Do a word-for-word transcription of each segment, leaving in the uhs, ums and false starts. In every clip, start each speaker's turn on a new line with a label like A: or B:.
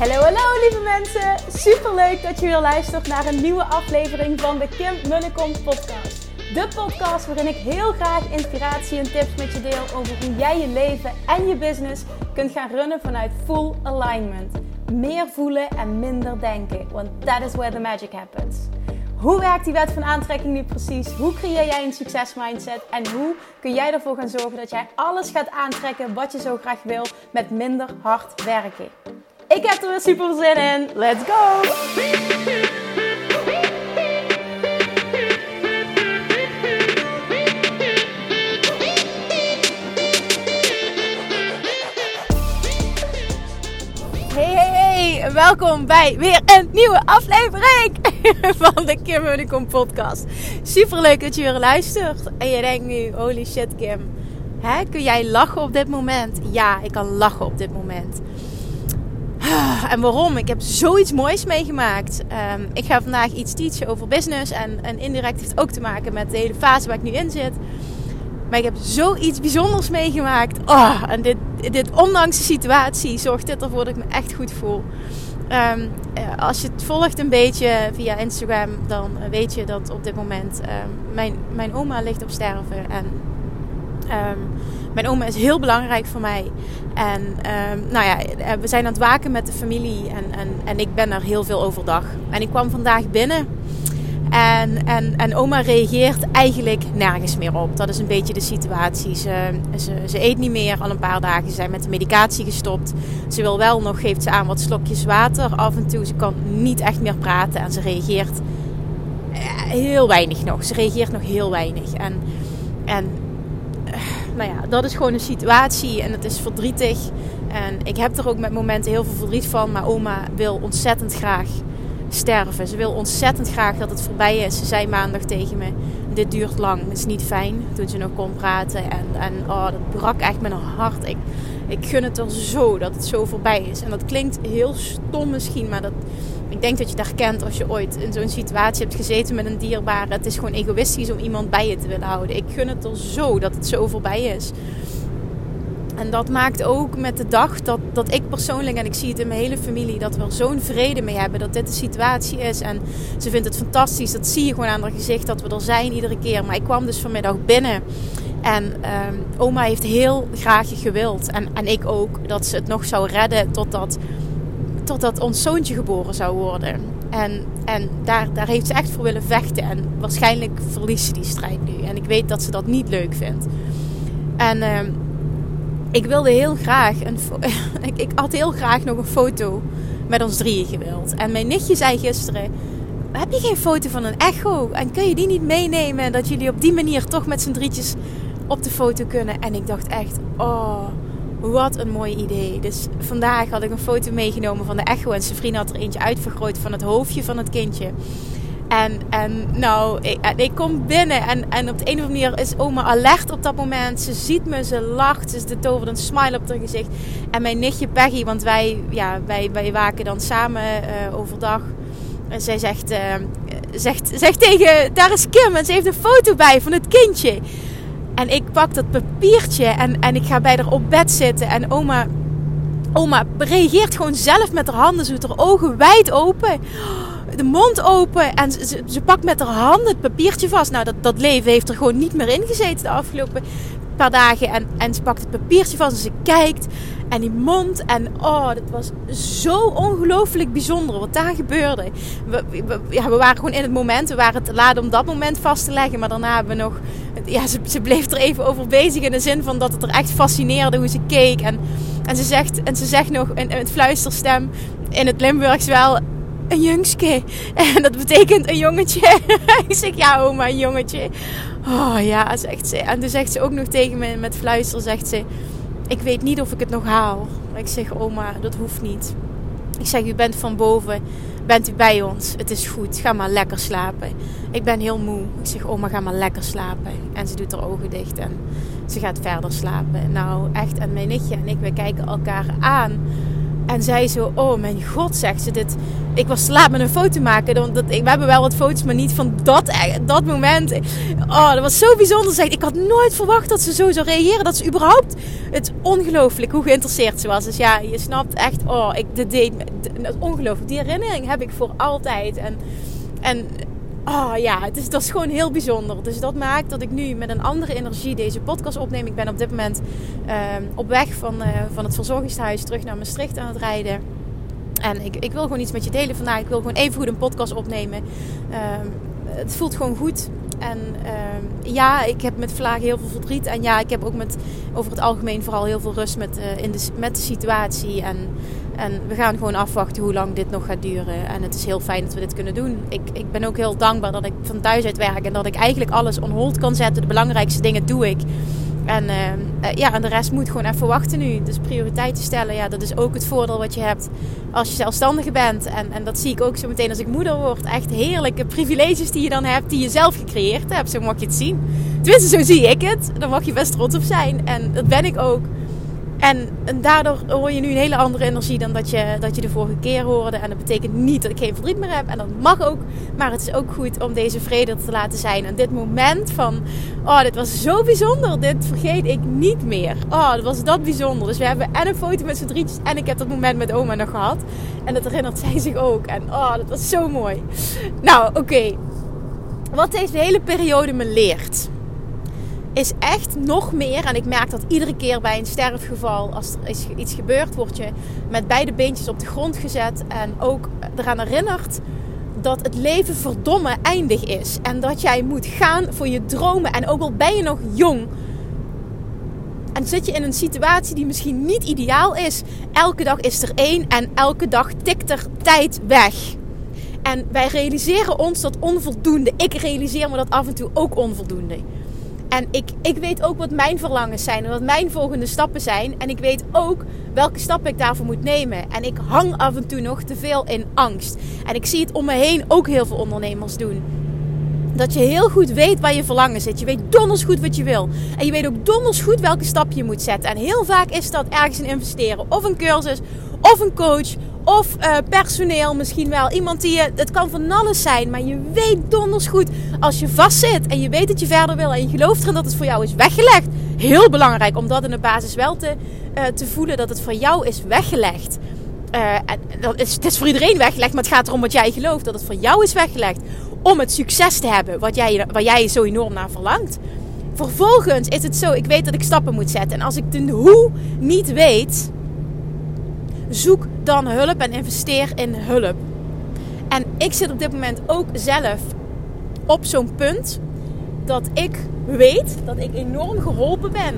A: Hallo, hallo lieve mensen! Superleuk dat je weer luistert naar een nieuwe aflevering van de Kim Munnekom podcast. De podcast waarin ik heel graag inspiratie en tips met je deel over hoe jij je leven en je business kunt gaan runnen vanuit full alignment. Meer voelen en minder denken, want that is where the magic happens. Hoe werkt die wet van aantrekking nu precies? Hoe creëer jij een succesmindset? En hoe kun jij ervoor gaan zorgen dat jij alles gaat aantrekken wat je zo graag wil met minder hard werken? Ik heb er weer super zin in. Let's go! Hey, hey, hey! Welkom bij weer een nieuwe aflevering van de Kim Munnekom podcast. Super leuk dat je weer luistert. En je denkt nu, holy shit Kim. Hè? Kun jij lachen op dit moment? Ja, ik kan lachen op dit moment. En waarom? Ik heb zoiets moois meegemaakt. Um, ik ga vandaag iets teachen over business. En, en indirect heeft het ook te maken met de hele fase waar ik nu in zit. Maar ik heb zoiets bijzonders meegemaakt. Oh, en dit, dit, ondanks de situatie, zorgt dit ervoor dat ik me echt goed voel. Um, als je het volgt een beetje via Instagram, dan weet je dat op dit moment um, mijn, mijn oma ligt op sterven. En um, mijn oma is heel belangrijk voor mij. En um, nou ja, we zijn aan het waken met de familie. En, en, en ik ben er heel veel overdag. En ik kwam vandaag binnen. En, en, en oma reageert eigenlijk nergens meer op. Dat is een beetje de situatie. Ze, ze, ze eet niet meer al een paar dagen. Ze zijn met de medicatie gestopt. Ze wil wel nog, geeft ze aan wat slokjes water af en toe. Ze kan niet echt meer praten. En ze reageert heel weinig nog. Ze reageert nog heel weinig. En, en nou ja, dat is gewoon een situatie. En het is verdrietig. En ik heb er ook met momenten heel veel verdriet van. Maar oma wil ontzettend graag sterven. Ze wil ontzettend graag dat het voorbij is. Ze zei maandag tegen me, dit duurt lang, het is niet fijn. Toen ze nog kon praten. En, en oh, dat brak echt mijn hart. Ik, ik gun het er zo dat het zo voorbij is. En dat klinkt heel stom misschien, maar dat, ik denk dat je het herkent als je ooit in zo'n situatie hebt gezeten met een dierbare. Het is gewoon egoïstisch om iemand bij je te willen houden. Ik gun het er zo dat het zo voorbij is. En dat maakt ook met de dag dat, dat ik persoonlijk, en ik zie het in mijn hele familie, dat we er zo'n vrede mee hebben dat dit de situatie is. En ze vindt het fantastisch, dat zie je gewoon aan haar gezicht, dat we er zijn iedere keer. Maar ik kwam dus vanmiddag binnen en um, oma heeft heel graag gewild, en, en ik ook, dat ze het nog zou redden totdat, totdat ons zoontje geboren zou worden. En, en daar, daar heeft ze echt voor willen vechten en waarschijnlijk verliest ze die strijd nu. En ik weet dat ze dat niet leuk vindt. En Um, Ik wilde heel graag, een fo- ik, ik had heel graag nog een foto met ons drieën gewild. En mijn nichtje zei gisteren, heb je geen foto van een echo? En kun je die niet meenemen? Dat jullie op die manier toch met z'n drietjes op de foto kunnen. En ik dacht echt, oh, wat een mooi idee. Dus vandaag had ik een foto meegenomen van de echo. En zijn vriend had er eentje uitvergroot van het hoofdje van het kindje. En, en nou, ik, en ik kom binnen en, en op de een of andere manier is oma alert op dat moment. Ze ziet me, ze lacht, ze tovert een smile op haar gezicht. En mijn nichtje Peggy, want wij, ja, wij, wij waken dan samen uh, overdag. En zij zegt, uh, zegt, zegt tegen, daar is Kim en ze heeft een foto bij van het kindje. En ik pak dat papiertje en, en ik ga bij haar op bed zitten. En oma, oma reageert gewoon zelf met haar handen, ze doet haar ogen wijd open. De mond open en ze, ze, ze pakt met haar handen het papiertje vast. Nou, dat, dat leven heeft er gewoon niet meer in gezeten de afgelopen paar dagen. En, en ze pakt het papiertje vast en ze kijkt. En die mond. En oh, dat was zo ongelooflijk bijzonder wat daar gebeurde. We, we, ja, we waren gewoon in het moment. We waren te laat om dat moment vast te leggen. Maar daarna hebben we nog... Ja, ze, ze bleef er even over bezig in de zin van dat het er echt fascineerde hoe ze keek. En, en, ze, zegt, en ze zegt nog in, in het fluisterstem in het Limburgs wel... Een jongske. En dat betekent een jongetje. Ik zeg, ja oma, een jongetje. Oh ja, zegt ze. En toen zegt ze ook nog tegen me met fluister, zegt ze... Ik weet niet of ik het nog haal. Ik zeg, oma, dat hoeft niet. Ik zeg, u bent van boven. Bent u bij ons? Het is goed. Ga maar lekker slapen. Ik ben heel moe. Ik zeg, oma, ga maar lekker slapen. En ze doet haar ogen dicht en ze gaat verder slapen. Nou, echt. En mijn nichtje en ik, we kijken elkaar aan... En zij zo, oh mijn god, zegt ze dit. Ik was te laat met een foto maken. Dat, dat, we hebben wel wat foto's, maar niet van dat, dat moment. Oh, dat was zo bijzonder. Zegt, ik had nooit verwacht dat ze zo zou reageren. Dat ze überhaupt, het is ongelooflijk hoe geïnteresseerd ze was. Dus ja, je snapt echt, oh, ik, dit deed, dat is ongelooflijk. Die herinnering heb ik voor altijd. En, en oh ja, het is, dat is gewoon heel bijzonder. Dus dat maakt dat ik nu met een andere energie deze podcast opneem. Ik ben op dit moment uh, op weg van, uh, van het verzorgingstehuis terug naar Maastricht aan het rijden. En ik, ik wil gewoon iets met je delen vandaag. Ik wil gewoon even goed een podcast opnemen. Uh, het voelt gewoon goed. En uh, ja, ik heb met vlagen heel veel verdriet. En ja, ik heb ook met over het algemeen vooral heel veel rust met, uh, in de, met de situatie. En, en we gaan gewoon afwachten hoe lang dit nog gaat duren. En het is heel fijn dat we dit kunnen doen. Ik, ik ben ook heel dankbaar dat ik van thuis uit werk. En dat ik eigenlijk alles on hold kan zetten. De belangrijkste dingen doe ik. En, uh, uh, ja, en de rest moet gewoon even wachten nu. Dus prioriteiten stellen, ja, dat is ook het voordeel wat je hebt als je zelfstandige bent. En, en dat zie ik ook zo meteen als ik moeder word. Echt heerlijke privileges die je dan hebt, die je zelf gecreëerd hebt. Zo mag je het zien. Tenminste, zo zie ik het. Daar mag je best trots op zijn. En dat ben ik ook. En, en daardoor hoor je nu een hele andere energie dan dat je, dat je de vorige keer hoorde. En dat betekent niet dat ik geen verdriet meer heb. En dat mag ook. Maar het is ook goed om deze vrede te laten zijn. En dit moment van, oh, dit was zo bijzonder. Dit vergeet ik niet meer. Oh, dat was dat bijzonder. Dus we hebben en een foto met z'n drietjes. En ik heb dat moment met oma nog gehad. En dat herinnert zij zich ook. En oh, dat was zo mooi. Nou, oké. Okay. Wat deze hele periode me leert, is echt nog meer, en ik merk dat iedere keer bij een sterfgeval, als er iets gebeurt, word je met beide beentjes op de grond gezet en ook eraan herinnerd dat het leven verdomme eindig is. En dat jij moet gaan voor je dromen. En ook al ben je nog jong en zit je in een situatie die misschien niet ideaal is, elke dag is er één en elke dag tikt er tijd weg. En wij realiseren ons dat onvoldoende. Ik realiseer me dat af en toe ook onvoldoende. En ik, ik weet ook wat mijn verlangens zijn en wat mijn volgende stappen zijn. En ik weet ook welke stappen ik daarvoor moet nemen. En ik hang af en toe nog te veel in angst. En ik zie het om me heen ook heel veel ondernemers doen. Dat je heel goed weet waar je verlangen zit. Je weet donders goed wat je wil. En je weet ook donders goed welke stap je moet zetten. En heel vaak is dat ergens in investeren. Of een cursus, of een coach, of uh, personeel misschien wel. Iemand die je, het kan van alles zijn. Maar je weet donders goed, als je vastzit en je weet dat je verder wil en je gelooft erin dat het voor jou is weggelegd. Heel belangrijk om dat in de basis wel te, uh, te voelen, dat het voor jou is weggelegd. Uh, en dat is, het is voor iedereen weggelegd, maar het gaat erom wat jij gelooft. Dat het voor jou is weggelegd om het succes te hebben wat jij, waar jij zo enorm naar verlangt. Vervolgens is het zo, ik weet dat ik stappen moet zetten. En als ik de hoe niet weet, zoek dan hulp en investeer in hulp. En ik zit op dit moment ook zelf op zo'n punt dat ik weet dat ik enorm geholpen ben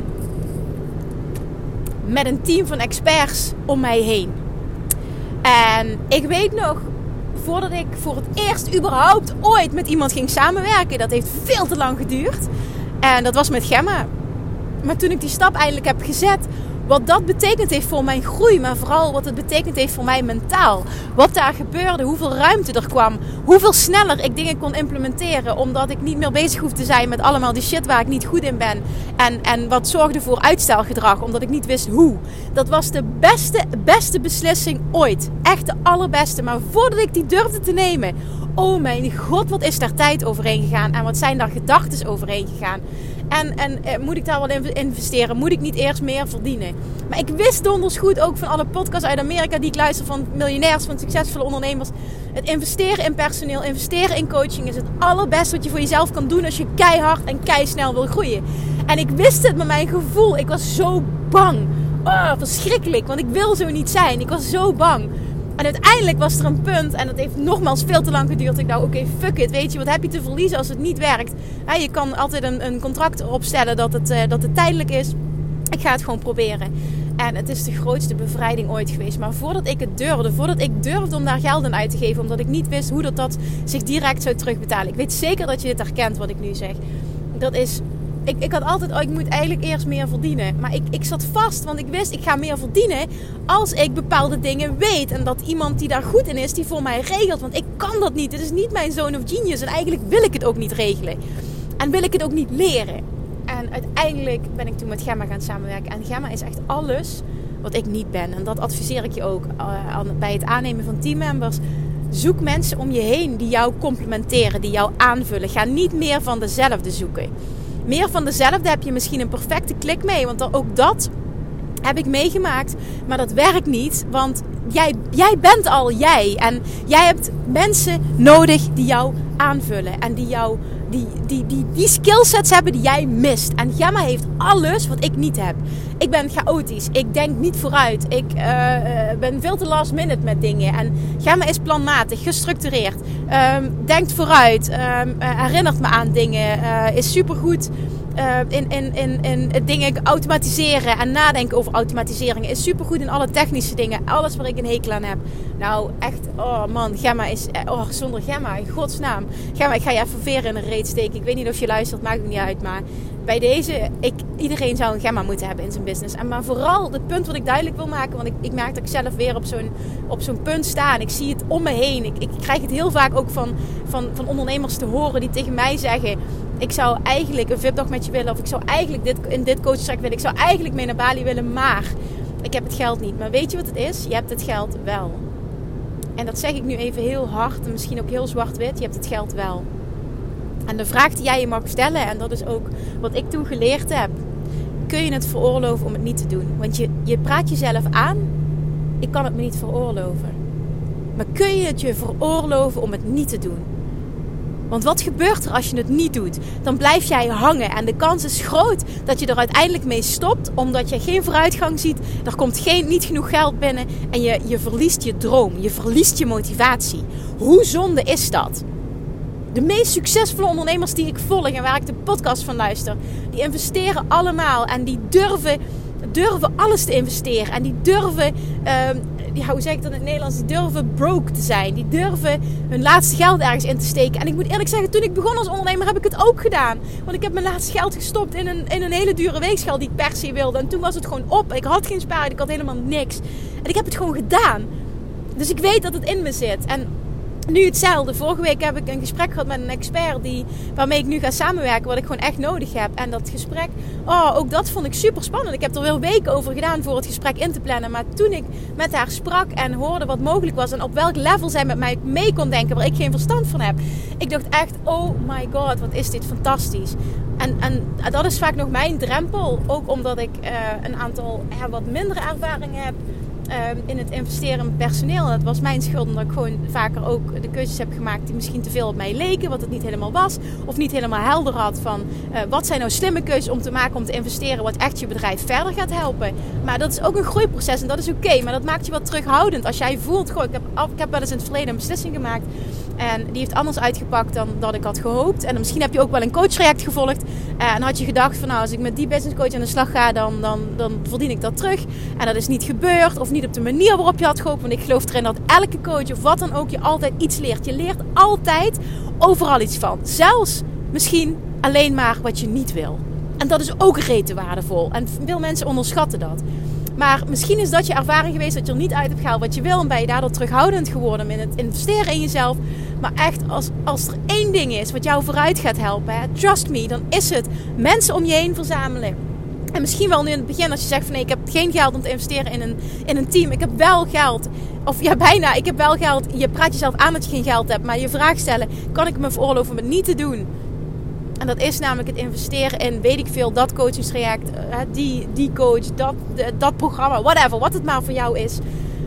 A: met een team van experts om mij heen. En ik weet nog, voordat ik voor het eerst überhaupt ooit met iemand ging samenwerken, dat heeft veel te lang geduurd. En dat was met Gemma. Maar toen ik die stap eindelijk heb gezet, wat dat betekend heeft voor mijn groei, maar vooral wat het betekend heeft voor mij mentaal. Wat daar gebeurde, hoeveel ruimte er kwam, hoeveel sneller ik dingen kon implementeren, omdat ik niet meer bezig hoef te zijn met allemaal die shit waar ik niet goed in ben. En, en wat zorgde voor uitstelgedrag, omdat ik niet wist hoe. Dat was de beste, beste beslissing ooit. Echt de allerbeste. Maar voordat ik die durfde te nemen, oh mijn god, wat is daar tijd overheen gegaan en wat zijn daar gedachten overheen gegaan. En, en eh, moet ik daar wel in investeren? Moet ik niet eerst meer verdienen? Maar ik wist donders goed ook van alle podcasts uit Amerika die ik luister, van miljonairs, van succesvolle ondernemers. Het investeren in personeel, investeren in coaching is het allerbeste wat je voor jezelf kan doen als je keihard en keisnel wil groeien. En ik wist het met mijn gevoel. Ik was zo bang. Oh, verschrikkelijk. Want ik wil zo niet zijn. Ik was zo bang. En uiteindelijk was er een punt, en dat heeft nogmaals veel te lang geduurd. Ik dacht, oké, okay, fuck it, weet je, wat heb je te verliezen als het niet werkt? Ja, je kan altijd een, een contract opstellen dat het, uh, dat het tijdelijk is. Ik ga het gewoon proberen. En het is de grootste bevrijding ooit geweest. Maar voordat ik het durfde, voordat ik durfde om daar geld aan uit te geven, omdat ik niet wist hoe dat, dat zich direct zou terugbetalen. Ik weet zeker dat je dit herkent, wat ik nu zeg. Dat is... Ik, ik had altijd, oh, ik moet eigenlijk eerst meer verdienen. Maar ik, ik zat vast, want ik wist, ik ga meer verdienen als ik bepaalde dingen weet. En dat iemand die daar goed in is, die voor mij regelt. Want ik kan dat niet. Dit is niet mijn zone of genius. En eigenlijk wil ik het ook niet regelen. En wil ik het ook niet leren. En uiteindelijk ben ik toen met Gemma gaan samenwerken. En Gemma is echt alles wat ik niet ben. En dat adviseer ik je ook uh, aan, bij het aannemen van teammembers. Zoek mensen om je heen die jou complementeren, die jou aanvullen. Ga niet meer van dezelfde zoeken. Meer van dezelfde heb je misschien een perfecte klik mee. Want ook dat heb ik meegemaakt. Maar dat werkt niet. Want jij, jij bent al jij. En jij hebt mensen nodig die jou aanvullen. En die jou die, die, die, die skillsets hebben die jij mist. En Gemma heeft alles wat ik niet heb. Ik ben chaotisch. Ik denk niet vooruit. Ik uh, ben veel te last minute met dingen. En Gemma is planmatig, gestructureerd. Um, denkt vooruit. Um, uh, herinnert me aan dingen. Uh, is supergoed uh, in, in, in, in dingen automatiseren. En nadenken over automatisering. Is supergoed in alle technische dingen. Alles waar ik een hekel aan heb. Nou, echt. Oh man, Gemma is... Oh, zonder Gemma, in godsnaam. Gemma, ik ga je even veren in een reet steken. Ik weet niet of je luistert, maakt het niet uit. Maar bij deze... Ik, iedereen zou een Gemma moeten hebben in zijn business. En maar vooral het punt wat ik duidelijk wil maken. Want ik, ik merk dat ik zelf weer op zo'n, op zo'n punt sta. En ik zie het om me heen. Ik, ik krijg het heel vaak ook van, van, van ondernemers te horen die tegen mij zeggen... Ik zou eigenlijk een V I P-dag met je willen. Of ik zou eigenlijk dit, in dit coachtraject willen. Ik zou eigenlijk mee naar Bali willen. Maar ik heb het geld niet. Maar weet je wat het is? Je hebt het geld wel. En dat zeg ik nu even heel hard. En misschien ook heel zwart-wit. Je hebt het geld wel. En de vraag die jij je mag stellen. En dat is ook wat ik toen geleerd heb. Kun je het veroorloven om het niet te doen? Want je, je praat jezelf aan. Ik kan het me niet veroorloven. Maar kun je het je veroorloven om het niet te doen? Want wat gebeurt er als je het niet doet? Dan blijf jij hangen. En de kans is groot dat je er uiteindelijk mee stopt. Omdat je geen vooruitgang ziet. Er komt geen, niet genoeg geld binnen. En je, je verliest je droom. Je verliest je motivatie. Hoe zonde is dat? De meest succesvolle ondernemers die ik volg en waar ik de podcast van luister. Die investeren allemaal. En die durven, durven alles te investeren. En die durven... Uh, Ja, hoe zeg ik dat in het Nederlands? Die durven broke te zijn. Die durven hun laatste geld ergens in te steken. En ik moet eerlijk zeggen, toen ik begon als ondernemer heb ik het ook gedaan. Want ik heb mijn laatste geld gestopt in een, in een hele dure weegschaal die ik per se wilde. En toen was het gewoon op. Ik had geen spaargeld, ik had helemaal niks. En ik heb het gewoon gedaan. Dus ik weet dat het in me zit. En nu hetzelfde. Vorige week heb ik een gesprek gehad met een expert die, waarmee ik nu ga samenwerken. Wat ik gewoon echt nodig heb. En dat gesprek, oh, ook dat vond ik super spannend. Ik heb er wel weken over gedaan voor het gesprek in te plannen. Maar toen ik met haar sprak en hoorde wat mogelijk was. En op welk level zij met mij mee kon denken. Waar ik geen verstand van heb. Ik dacht echt, oh my god, wat is dit fantastisch. En, en dat is vaak nog mijn drempel. Ook omdat ik uh, een aantal ja, wat mindere ervaringen heb. Uh, in het investeren in personeel. En dat was mijn schuld omdat ik gewoon vaker ook de keuzes heb gemaakt die misschien te veel op mij leken, wat het niet helemaal was, of niet helemaal helder had van uh, wat zijn nou slimme keuzes om te maken om te investeren wat echt je bedrijf verder gaat helpen. Maar dat is ook een groeiproces en dat is oké, okay, maar dat maakt je wat terughoudend. Als jij voelt, goh, ik heb, ik heb wel eens in het verleden een beslissing gemaakt en die heeft anders uitgepakt dan dat ik had gehoopt. En misschien heb je ook wel een coachtraject gevolgd uh, en had je gedacht van nou, als ik met die business coach aan de slag ga, dan, dan, dan verdien ik dat terug. En dat is niet gebeurd of niet op de manier waarop je had gehoopt. Want ik geloof erin dat elke coach of wat dan ook je altijd iets leert. Je leert altijd overal iets van. Zelfs misschien alleen maar wat je niet wil. En dat is ook rete waardevol. En veel mensen onderschatten dat. Maar misschien is dat je ervaring geweest dat je er niet uit hebt gehaald wat je wil. En ben je daardoor terughoudend geworden in het investeren in jezelf. Maar echt, als, als er één ding is wat jou vooruit gaat helpen. Hè, trust me, dan is het mensen om je heen verzamelen. En misschien wel nu in het begin als je zegt van nee, ik heb geen geld om te investeren in een, in een team. Ik heb wel geld. Of ja, bijna. Ik heb wel geld. Je praat jezelf aan dat je geen geld hebt. Maar je vraag stellen, kan ik me veroorloven om het niet te doen? En dat is namelijk het investeren in, weet ik veel, dat coachingstraject. Die, die coach, dat, dat programma, whatever. Wat het maar voor jou is.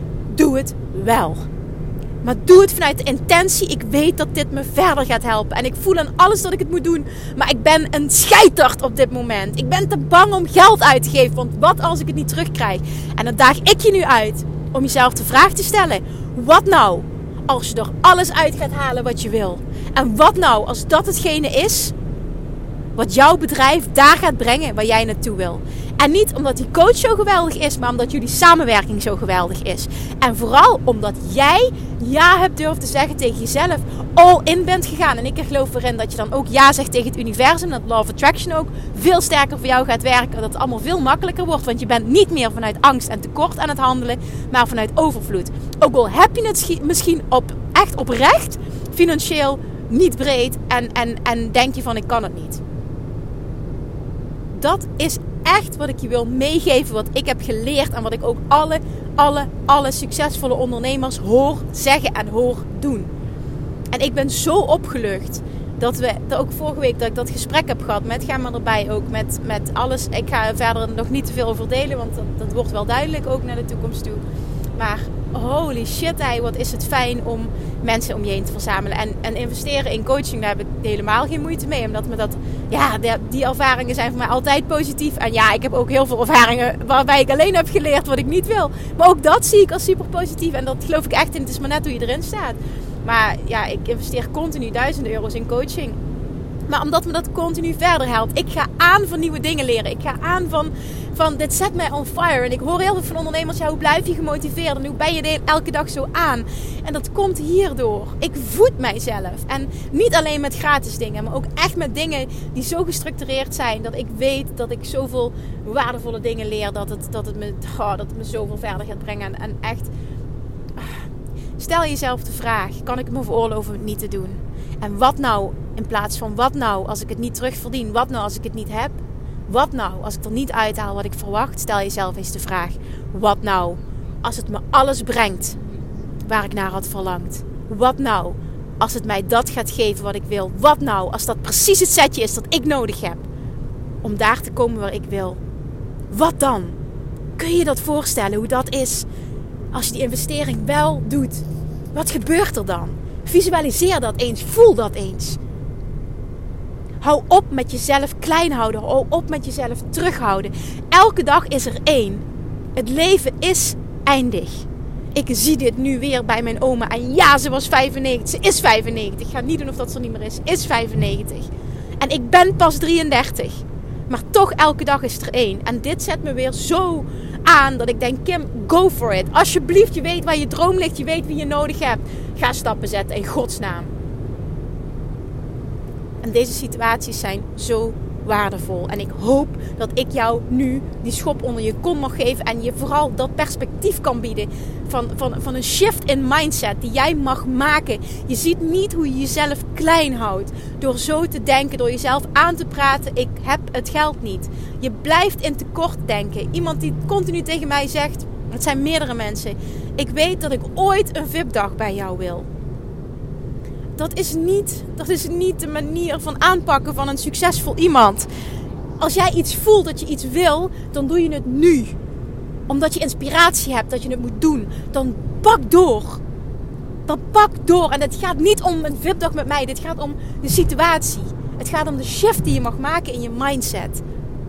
A: Doe het wel. Maar doe het vanuit de intentie. Ik weet dat dit me verder gaat helpen. En ik voel aan alles dat ik het moet doen. Maar ik ben een scheiterd op dit moment. Ik ben te bang om geld uit te geven. Want wat als ik het niet terugkrijg? En dan daag ik je nu uit om jezelf de vraag te stellen. Wat nou als je er alles uit gaat halen wat je wil? En wat nou als dat hetgene is wat jouw bedrijf daar gaat brengen waar jij naartoe wil? En niet omdat die coach zo geweldig is, maar omdat jullie samenwerking zo geweldig is. En vooral omdat jij ja hebt durven te zeggen tegen jezelf. All in bent gegaan. En ik geloof erin dat je dan ook ja zegt tegen het universum. Dat Law of Attraction ook veel sterker voor jou gaat werken. Dat het allemaal veel makkelijker wordt. Want je bent niet meer vanuit angst en tekort aan het handelen. Maar vanuit overvloed. Ook al heb je het misschien op, echt oprecht financieel niet breed. En, en, en denk je van ik kan het niet. Dat is echt wat ik je wil meegeven. Wat ik heb geleerd. En wat ik ook alle, alle, alle succesvolle ondernemers hoor zeggen en hoor doen. En ik ben zo opgelucht. Dat we, dat ook vorige week dat ik dat gesprek heb gehad met Gemma erbij ook. Met, met alles. Ik ga er verder nog niet te veel over delen. Want dat, dat wordt wel duidelijk ook naar de toekomst toe. Maar holy shit, hey, wat is het fijn om mensen om je heen te verzamelen. En, en investeren in coaching, daar heb ik helemaal geen moeite mee. Omdat me dat, ja, die, die ervaringen zijn voor mij altijd positief. En ja, ik heb ook heel veel ervaringen waarbij ik alleen heb geleerd wat ik niet wil. Maar ook dat zie ik als super positief. En dat geloof ik echt in. Het is maar net hoe je erin staat. Maar ja, ik investeer continu duizenden euro's in coaching. Maar omdat me dat continu verder helpt. Ik ga aan van nieuwe dingen leren. Ik ga aan van, van dit zet mij on fire. En ik hoor heel veel van ondernemers. Ja, hoe blijf je gemotiveerd? En hoe ben je de, elke dag zo aan? En dat komt hierdoor. Ik voed mijzelf. En niet alleen met gratis dingen. Maar ook echt met dingen die zo gestructureerd zijn. Dat ik weet dat ik zoveel waardevolle dingen leer. Dat het, dat het, me, oh, dat het me zoveel verder gaat brengen. En, en echt... Stel jezelf de vraag. Kan ik het me veroorloven het niet te doen? En wat nou in plaats van wat nou als ik het niet terugverdien? Wat nou als ik het niet heb? Wat nou als ik er niet uithaal wat ik verwacht? Stel jezelf eens de vraag. Wat nou als het me alles brengt waar ik naar had verlangd? Wat nou als het mij dat gaat geven wat ik wil? Wat nou als dat precies het setje is dat ik nodig heb om daar te komen waar ik wil? Wat dan? Kun je je dat voorstellen hoe dat is als je die investering wel doet? Wat gebeurt er dan? Visualiseer dat eens. Voel dat eens. Hou op met jezelf klein houden. Hou op met jezelf terughouden. Elke dag is er één. Het leven is eindig. Ik zie dit nu weer bij mijn oma. En ja, ze was vijfennegentig. Ze is vijfennegentig. Ik ga niet doen of dat ze er niet meer is. Is vijfennegentig. En ik ben pas drieëndertig. Maar toch elke dag is er één. En dit zet me weer zo aan dat ik denk, Kim, go for it. Alsjeblieft, je weet waar je droom ligt. Je weet wie je nodig hebt. Ga stappen zetten in godsnaam. En deze situaties zijn zo waardevol. En ik hoop dat ik jou nu die schop onder je kont mag geven. En je vooral dat perspectief kan bieden. Van, van, van een shift in mindset die jij mag maken. Je ziet niet hoe je jezelf klein houdt. Door zo te denken. Door jezelf aan te praten. Ik heb het geld niet. Je blijft in tekort denken. Iemand die continu tegen mij zegt. Het zijn meerdere mensen. Ik weet dat ik ooit een V I P-dag bij jou wil. Dat is niet, dat is niet de manier van aanpakken van een succesvol iemand. Als jij iets voelt dat je iets wil, dan doe je het nu. Omdat je inspiratie hebt dat je het moet doen. Dan pak door. Dan pak door. En het gaat niet om een V I P-dag met mij. Dit gaat om de situatie. Het gaat om de shift die je mag maken in je mindset.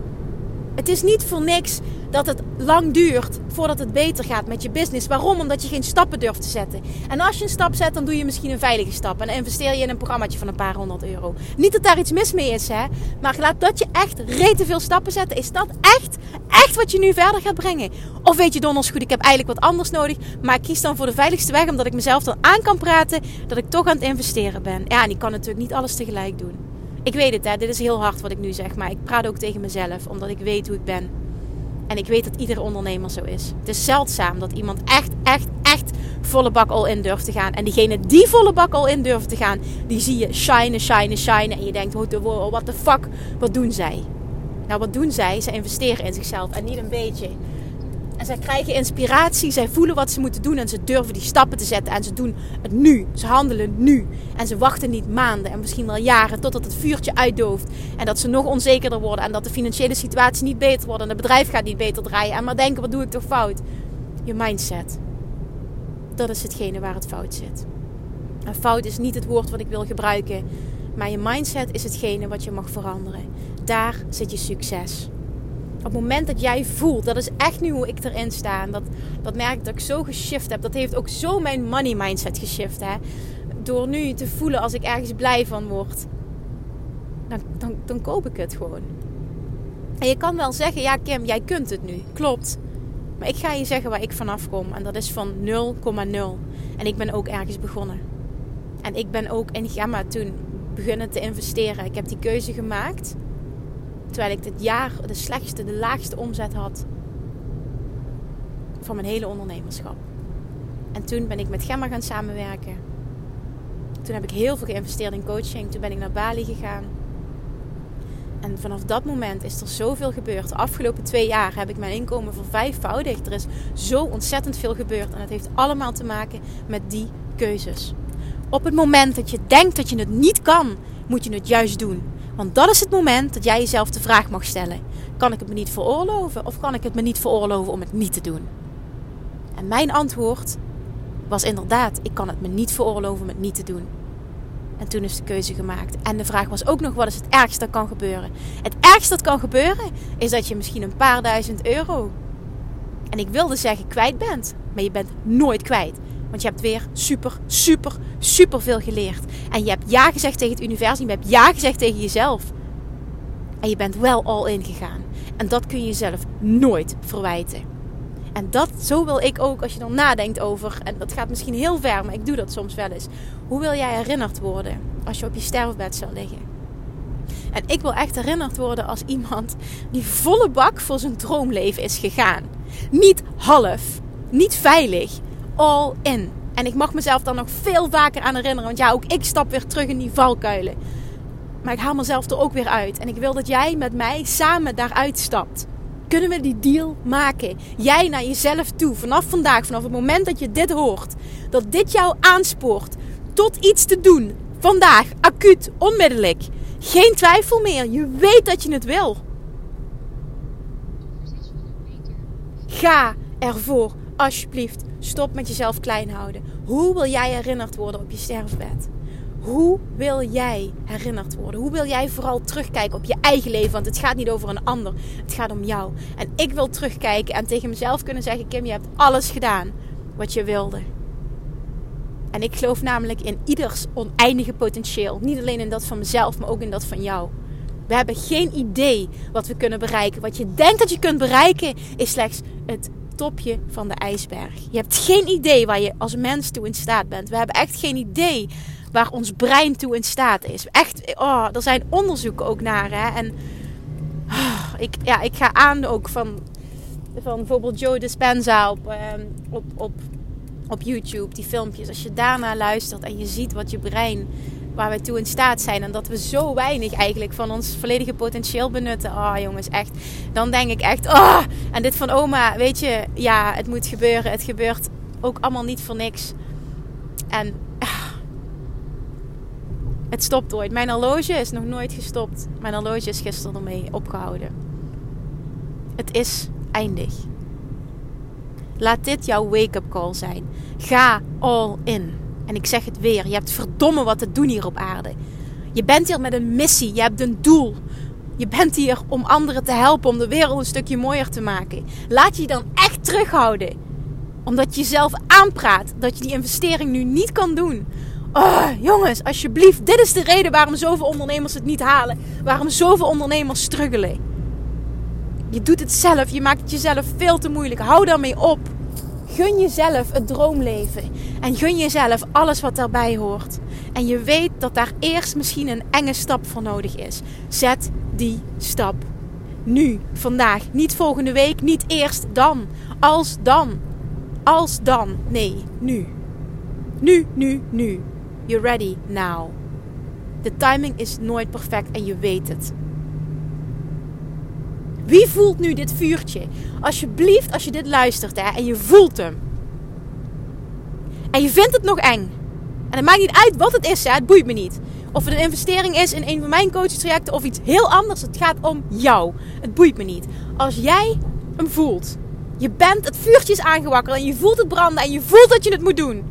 A: Het is niet voor niks dat het lang duurt voordat het beter gaat met je business. Waarom? Omdat je geen stappen durft te zetten. En als je een stap zet, dan doe je misschien een veilige stap. En dan investeer je in een programmaatje van een paar honderd euro. Niet dat daar iets mis mee is, hè. Maar laat dat je echt rete veel stappen zetten. Is dat echt, echt wat je nu verder gaat brengen? Of weet je donders goed, ik heb eigenlijk wat anders nodig. Maar ik kies dan voor de veiligste weg. Omdat ik mezelf dan aan kan praten dat ik toch aan het investeren ben. Ja, en ik kan natuurlijk niet alles tegelijk doen. Ik weet het, hè. Dit is heel hard wat ik nu zeg. Maar ik praat ook tegen mezelf. Omdat ik weet hoe ik ben. En ik weet dat iedere ondernemer zo is. Het is zeldzaam dat iemand echt, echt, echt volle bak al in durft te gaan. En diegene die volle bak al in durft te gaan, die zie je shinen, shinen, shinen. En je denkt, what the fuck, wat doen zij? Nou, wat doen zij? Ze investeren in zichzelf en niet een beetje. En zij krijgen inspiratie, zij voelen wat ze moeten doen en ze durven die stappen te zetten. En ze doen het nu, ze handelen nu. En ze wachten niet maanden en misschien wel jaren totdat het vuurtje uitdooft. En dat ze nog onzekerder worden en dat de financiële situatie niet beter wordt. En het bedrijf gaat niet beter draaien. En maar denken, wat doe ik toch fout? Je mindset. Dat is hetgene waar het fout zit. En fout is niet het woord wat ik wil gebruiken. Maar je mindset is hetgene wat je mag veranderen. Daar zit je succes. Op het moment dat jij voelt, dat is echt nu hoe ik erin sta. En dat, dat merk ik dat ik zo geshift heb. Dat heeft ook zo mijn money mindset geshift. Hè? Door nu te voelen als ik ergens blij van word. Dan, dan, dan koop ik het gewoon. En je kan wel zeggen, ja Kim, jij kunt het nu. Klopt. Maar ik ga je zeggen waar ik vanaf kom. En dat is van nul komma nul. En ik ben ook ergens begonnen. En ik ben ook in Gemma toen begonnen te investeren. Ik heb die keuze gemaakt. Terwijl ik dit jaar de slechtste, de laagste omzet had van mijn hele ondernemerschap. En toen ben ik met Gemma gaan samenwerken. Toen heb ik heel veel geïnvesteerd in coaching. Toen ben ik naar Bali gegaan. En vanaf dat moment is er zoveel gebeurd. De afgelopen twee jaar heb ik mijn inkomen vervijfvoudigd. Er is zo ontzettend veel gebeurd. En het heeft allemaal te maken met die keuzes. Op het moment dat je denkt dat je het niet kan, moet je het juist doen. Want dat is het moment dat jij jezelf de vraag mag stellen. Kan ik het me niet veroorloven of kan ik het me niet veroorloven om het niet te doen? En mijn antwoord was inderdaad, ik kan het me niet veroorloven om het niet te doen. En toen is de keuze gemaakt. En de vraag was ook nog, wat is het ergste dat kan gebeuren? Het ergste dat kan gebeuren is dat je misschien een paar duizend euro, en ik wilde zeggen kwijt bent, maar je bent nooit kwijt. Want je hebt weer super, super, super veel geleerd. En je hebt ja gezegd tegen het universum, je hebt ja gezegd tegen jezelf. En je bent wel all in gegaan. En dat kun je jezelf nooit verwijten. En dat, zo wil ik ook, als je dan nadenkt over, en dat gaat misschien heel ver, maar ik doe dat soms wel eens. Hoe wil jij herinnerd worden als je op je sterfbed zou liggen? En ik wil echt herinnerd worden als iemand die volle bak voor zijn droomleven is gegaan. Niet half, niet veilig, all in. En ik mag mezelf dan nog veel vaker aan herinneren, want ja, ook ik stap weer terug in die valkuilen. Maar ik haal mezelf er ook weer uit. En ik wil dat jij met mij samen daaruit stapt. Kunnen we die deal maken? Jij naar jezelf toe. Vanaf vandaag, vanaf het moment dat je dit hoort. Dat dit jou aanspoort tot iets te doen. Vandaag, acuut, onmiddellijk. Geen twijfel meer. Je weet dat je het wil. Ga ervoor. Alsjeblieft. Stop met jezelf klein houden. Hoe wil jij herinnerd worden op je sterfbed? Hoe wil jij herinnerd worden? Hoe wil jij vooral terugkijken op je eigen leven? Want het gaat niet over een ander. Het gaat om jou. En ik wil terugkijken en tegen mezelf kunnen zeggen: Kim, je hebt alles gedaan wat je wilde. En ik geloof namelijk in ieders oneindige potentieel. Niet alleen in dat van mezelf, maar ook in dat van jou. We hebben geen idee wat we kunnen bereiken. Wat je denkt dat je kunt bereiken is slechts het topje van de ijsberg. Je hebt geen idee waar je als mens toe in staat bent. We hebben echt geen idee waar ons brein toe in staat is. Echt, oh, er zijn onderzoeken ook naar. Hè? En oh, ik, ja, ik ga aan ook van, van bijvoorbeeld Joe Dispenza op, um, op, op, op YouTube. Die filmpjes. Als je daarna luistert en je ziet wat je brein, waar we toe in staat zijn. En dat we zo weinig eigenlijk van ons volledige potentieel benutten. Oh jongens, echt. Dan denk ik echt, oh. En dit van oma, weet je, ja, het moet gebeuren. Het gebeurt ook allemaal niet voor niks. En het stopt ooit. Mijn horloge is nog nooit gestopt. Mijn horloge is gisteren ermee opgehouden. Het is eindig. Laat dit jouw wake-up call zijn. Ga all in. En ik zeg het weer. Je hebt verdomme wat te doen hier op aarde. Je bent hier met een missie. Je hebt een doel. Je bent hier om anderen te helpen. Om de wereld een stukje mooier te maken. Laat je je dan echt terughouden. Omdat je jezelf aanpraat dat je die investering nu niet kan doen. Oh, jongens, alsjeblieft. Dit is de reden waarom zoveel ondernemers het niet halen. Waarom zoveel ondernemers struggelen. Je doet het zelf. Je maakt het jezelf veel te moeilijk. Hou daarmee op. Gun jezelf het droomleven. En gun jezelf alles wat daarbij hoort. En je weet dat daar eerst misschien een enge stap voor nodig is. Zet die stap. Nu, vandaag. Niet volgende week. Niet eerst dan. Als dan. Als dan. Nee, nu. Nu, nu, nu. You're ready now. De timing is nooit perfect en je weet het. Wie voelt nu dit vuurtje? Alsjeblieft, als je dit luistert hè, en je voelt hem. En je vindt het nog eng. En het maakt niet uit wat het is, hè, het boeit me niet. Of het een investering is in een van mijn coachingstrajecten of iets heel anders. Het gaat om jou. Het boeit me niet. Als jij hem voelt. Je bent, het vuurtje is aangewakkerd en je voelt het branden en je voelt dat je het moet doen.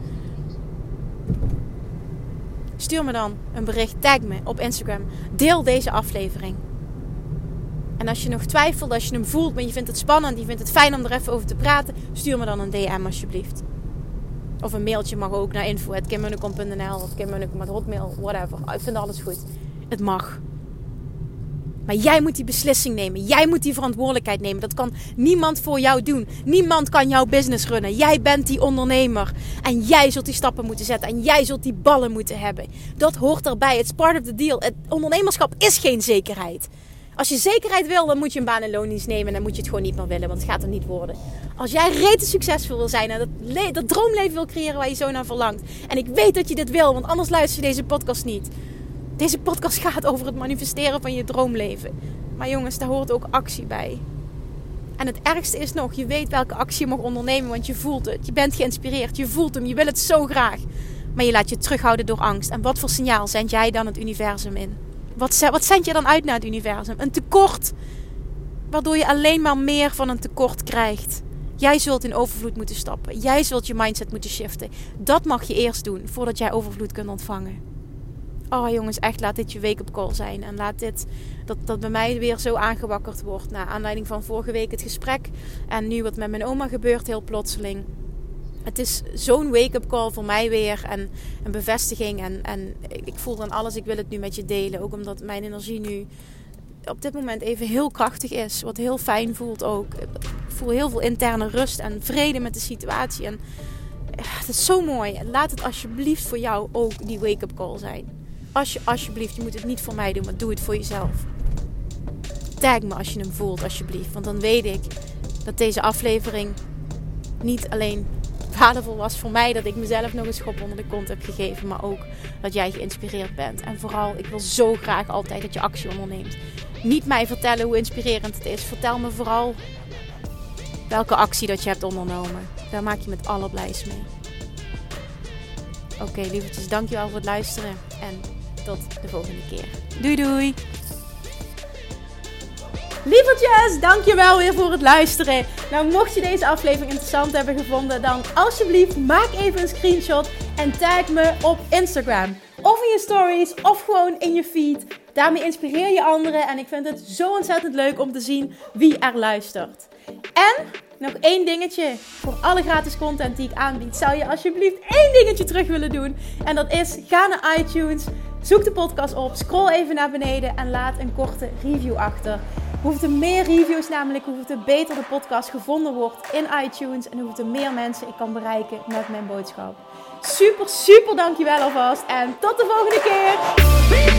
A: Stuur me dan een bericht, tag me op Instagram. Deel deze aflevering. En als je nog twijfelt, als je hem voelt, maar je vindt het spannend, je vindt het fijn om er even over te praten, stuur me dan een D M alsjeblieft. Of een mailtje mag ook naar info at kim munnekom punt n l of kim munnekom at hotmail, whatever. Ik vind alles goed. Het mag. Maar jij moet die beslissing nemen. Jij moet die verantwoordelijkheid nemen. Dat kan niemand voor jou doen. Niemand kan jouw business runnen. Jij bent die ondernemer. En jij zult die stappen moeten zetten. En jij zult die ballen moeten hebben. Dat hoort erbij. It's part of the deal. Het ondernemerschap is geen zekerheid. Als je zekerheid wil, dan moet je een baan in loondienst nemen. En dan moet je het gewoon niet meer willen. Want het gaat er niet worden. Als jij rete succesvol wil zijn. En dat, le- dat droomleven wil creëren waar je zo naar verlangt. En ik weet dat je dit wil. Want anders luister je deze podcast niet. Deze podcast gaat over het manifesteren van je droomleven. Maar jongens, daar hoort ook actie bij. En het ergste is nog, je weet welke actie je mag ondernemen, want je voelt het. Je bent geïnspireerd, je voelt hem, je wil het zo graag. Maar je laat je terughouden door angst. En wat voor signaal zend jij dan het universum in? Wat, wat zend je dan uit naar het universum? Een tekort, waardoor je alleen maar meer van een tekort krijgt. Jij zult in overvloed moeten stappen. Jij zult je mindset moeten shiften. Dat mag je eerst doen, voordat jij overvloed kunt ontvangen. Oh jongens, echt, laat dit je wake-up call zijn. En laat dit, dat, dat bij mij weer zo aangewakkerd wordt. Naar aanleiding van vorige week het gesprek. En nu wat met mijn oma gebeurt, heel plotseling. Het is zo'n wake-up call voor mij weer. En een bevestiging. En, en ik voel dan alles, ik wil het nu met je delen. Ook omdat mijn energie nu op dit moment even heel krachtig is. Wat heel fijn voelt ook. Ik voel heel veel interne rust en vrede met de situatie. En het is zo mooi. Laat het alsjeblieft voor jou ook die wake-up call zijn. Als je, alsjeblieft, je moet het niet voor mij doen, maar doe het voor jezelf. Tag me als je hem voelt, alsjeblieft. Want dan weet ik dat deze aflevering niet alleen waardevol was voor mij, dat ik mezelf nog een schop onder de kont heb gegeven, maar ook dat jij geïnspireerd bent. En vooral, ik wil zo graag altijd dat je actie onderneemt. Niet mij vertellen hoe inspirerend het is. Vertel me vooral welke actie dat je hebt ondernomen. Daar maak je me het allerblijst mee. Oké, okay, lievertjes, dankjewel voor het luisteren. En tot de volgende keer. Doei doei! Lievertjes, dankjewel weer voor het luisteren. Nou, mocht je deze aflevering interessant hebben gevonden, dan alsjeblieft maak even een screenshot en tag me op Instagram. Of in je stories, of gewoon in je feed. Daarmee inspireer je anderen en ik vind het zo ontzettend leuk om te zien wie er luistert. En nog één dingetje. Voor alle gratis content die ik aanbied, zou je alsjeblieft één dingetje terug willen doen. En dat is, ga naar iTunes, zoek de podcast op, scroll even naar beneden en laat een korte review achter. Hoeveel te meer reviews namelijk, hoeveel te beter de podcast gevonden wordt in iTunes. En hoeveel te meer mensen ik kan bereiken met mijn boodschap. Super, super dankjewel alvast. En tot de volgende keer.